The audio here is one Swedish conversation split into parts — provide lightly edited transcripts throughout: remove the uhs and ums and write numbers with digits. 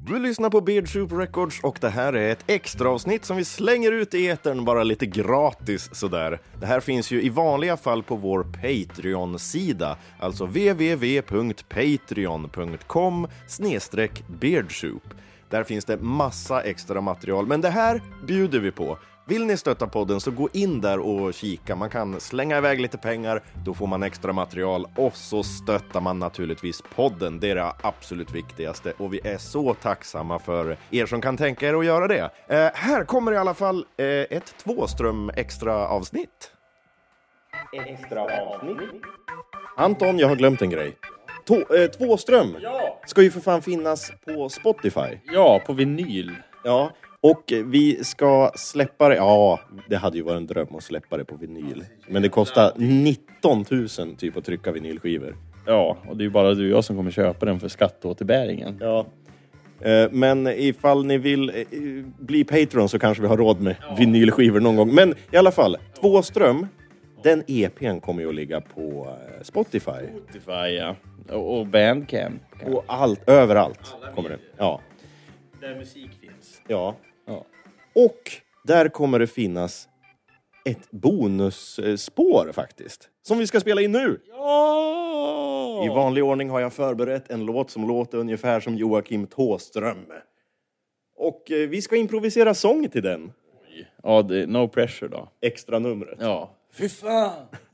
Du lyssnar på Beardsoup Records och det här är ett extra avsnitt som vi slänger ut i etern bara lite gratis sådär. Det här finns ju i vanliga fall på vår Patreon-sida, alltså www.patreon.com/Beardsoup. Där finns det massa extra material, men det här bjuder vi på. Vill ni stötta podden så gå in där och kika. Man kan slänga iväg lite pengar, då får man extra material och så stöttar man naturligtvis podden. Det är det absolut viktigaste och vi är så tacksamma för er som kan tänka er att göra det. Här kommer i alla fall ett tvåström extra avsnitt. Anton, jag har glömt en grej. Tvåström ska ju för fan finnas på Spotify. Ja, på vinyl. Ja, och vi ska släppa det. Ja, det hade ju varit en dröm att släppa det på vinyl. Men det kostar 19 000 typ att trycka vinylskivor. Ja, och det är ju bara du och jag som kommer köpa den för skatteåterbäringen. Ja. Men ifall ni vill bli Patreon så kanske vi har råd med vinylskivor någon gång. Men i alla fall, Tvåström, den EP:n kommer ju att ligga på Spotify. Spotify, ja. Och Bandcamp. Och överallt kommer det. Ja. Där musik finns. Ja. Och där kommer det finnas ett bonusspår faktiskt. Som vi ska spela in nu. Ja! I vanlig ordning har jag förberett en låt som låter ungefär som Joakim Tåström. Och vi ska improvisera sång till den. Ja, det är no pressure då. Extra numret. Ja. Fy fan!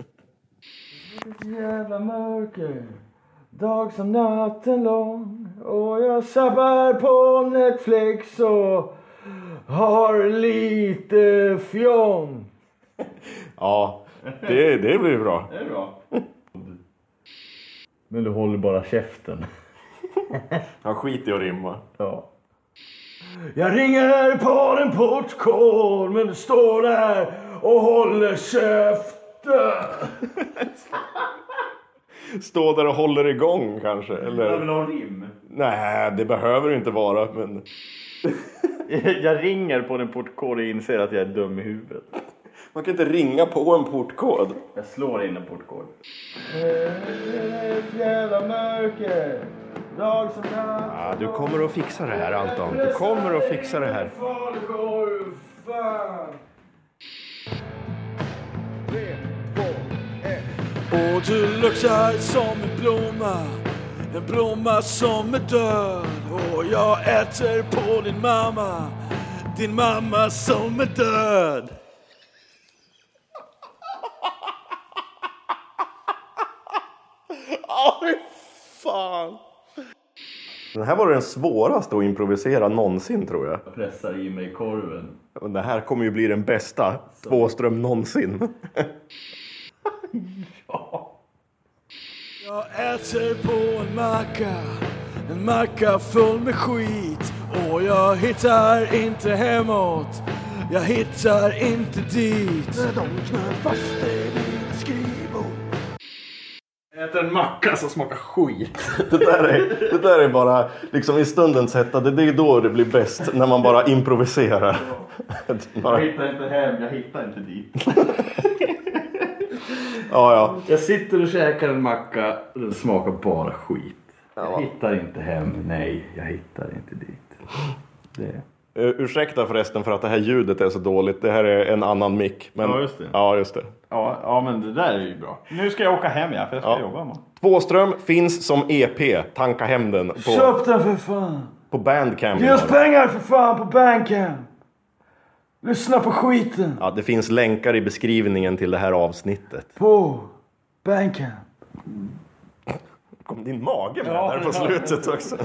Jävla mörker. Dag som natten lång. Och jag sappar på Netflix och har lite fjong. Ja, det blir bra. Det är bra. Men du håller bara käften. Jag skiter i att rimma. Ja. Jag ringer på en portkod, men du står där och håller käften. Stå där och håller igång kanske. Eller? Jag vill ha rim. Nej, det behöver det inte vara. Men... Jag ringer på en portkod och inser att jag är dum i huvudet. Man kan inte ringa på en portkod. Jag slår in en portkod. Jävla mörker. Dag som natt. Ja, du kommer att fixa det här, Anton. Du kommer att fixa det här. Och du luktar som en blomma som är död. Och jag äter på din mamma som är död. Åh, fan. Den här var den svåraste att improvisera någonsin, tror jag. Jag pressar i mig korven. Och det här kommer ju bli den bästa Tvåström någonsin. Ja. Jag äter på en macka full med skit. Och jag hittar inte hemåt, jag hittar inte dit. När de knöt fast dig vid skrivbord. Äter en macka som smakar skit. Det där är bara liksom i stundens hetta. Det är då det blir bäst, när man bara improviserar. Jag hittar inte hem, jag hittar inte dit. Ja. Jag sitter och käkar en macka och den smakar bara skit. Jag hittar inte hem, nej, jag hittar inte dit. Det. Ursäkta förresten för att det här ljudet är så dåligt. Det här är en annan mick. Men... Ja, just det. Ja, just det. Ja, men det där är ju bra. Nu ska jag åka hem, för jag ska jobba. Man. Tvåström finns som EP. Tanka hem den på... Köp den för fan! På Bandcamp. Ge oss pengar för fan på Bandcamp! Lyssna på skiten! Ja, det finns länkar i beskrivningen till det här avsnittet. På Bandcamp. Kom din mage med där på slutet också.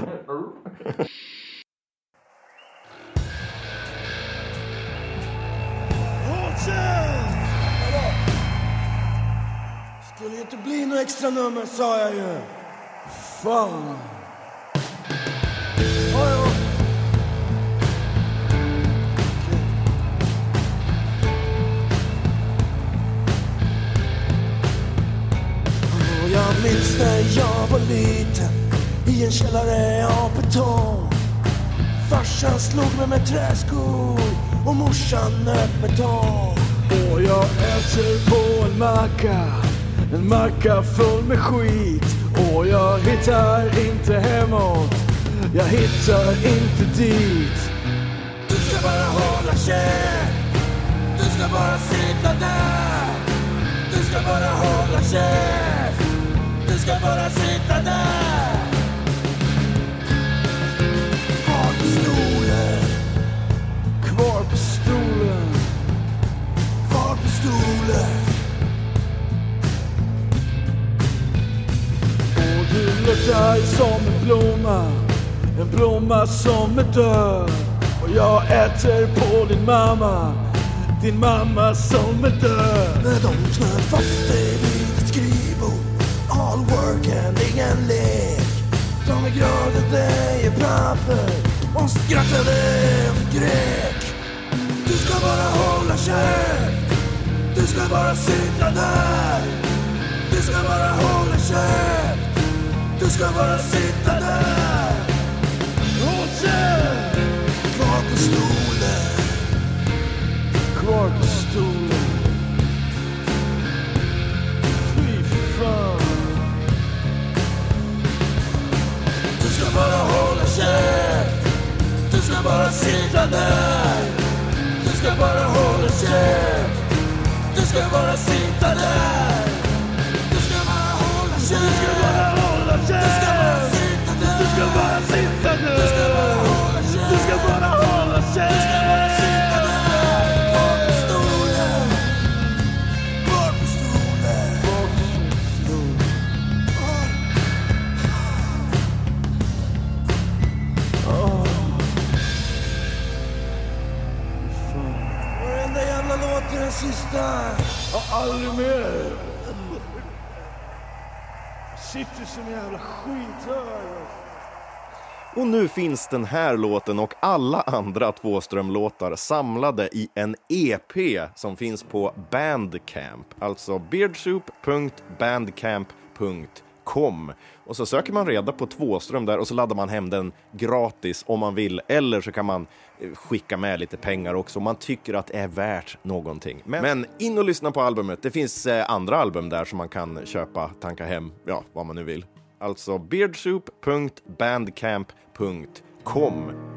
Skulle inte bli något extra nummer, sa jag ju. Fan. Jag minns när jag var liten i en källare av betong. Farsan slog mig med träskor och morsan nöt med tång. Och jag äter på en macka full med skit. Och jag hittar inte hemåt, jag hittar inte dit. Du ska bara hålla käft, du ska bara sitta där. Du ska bara hålla käft, du ska bara sitta där. Kvar på stolen, kvar på stolen, kvar på stolen. Och du luktar som en blomma som är död. Och jag äter på din mamma som är död. När de knöt fast dig vid ett skrivbord, all work and ingen lek. De begravde dig i papper och skrattade och skrek. Du ska bara hålla käft, du ska bara sitta där. Du ska bara hålla käft, du ska bara sitta där. Och sen kvar på stolen, kvar på stolen. Fy fan. Du ska bara hålla käft, du ska bara sitta där. Du ska bara hålla käft, du ska bara sitta där. Du ska bara hålla käft, du ska bara hålla käft. Du ska bara sitta där, du ska bara sitta där. Du ska bara hålla käft, du ska bara hålla käft. Du ska bara sitta där. Kvar på stolen, kvar på stolen, kvar på stolen. Varenda jävla låt är den sista. Och aldrig mer. Sitter som jävla skit här. Och nu finns den här låten och alla andra Tvåström-låtar samlade i en EP som finns på Bandcamp. Alltså beardsoup.bandcamp.com. Och så söker man reda på Tvåström där och så laddar man hem den gratis om man vill. Eller så kan man skicka med lite pengar också om man tycker att det är värt någonting. Men in och lyssna på albumet. Det finns andra album där som man kan köpa, tanka hem, ja, vad man nu vill. Alltså beardsoup.bandcamp.com.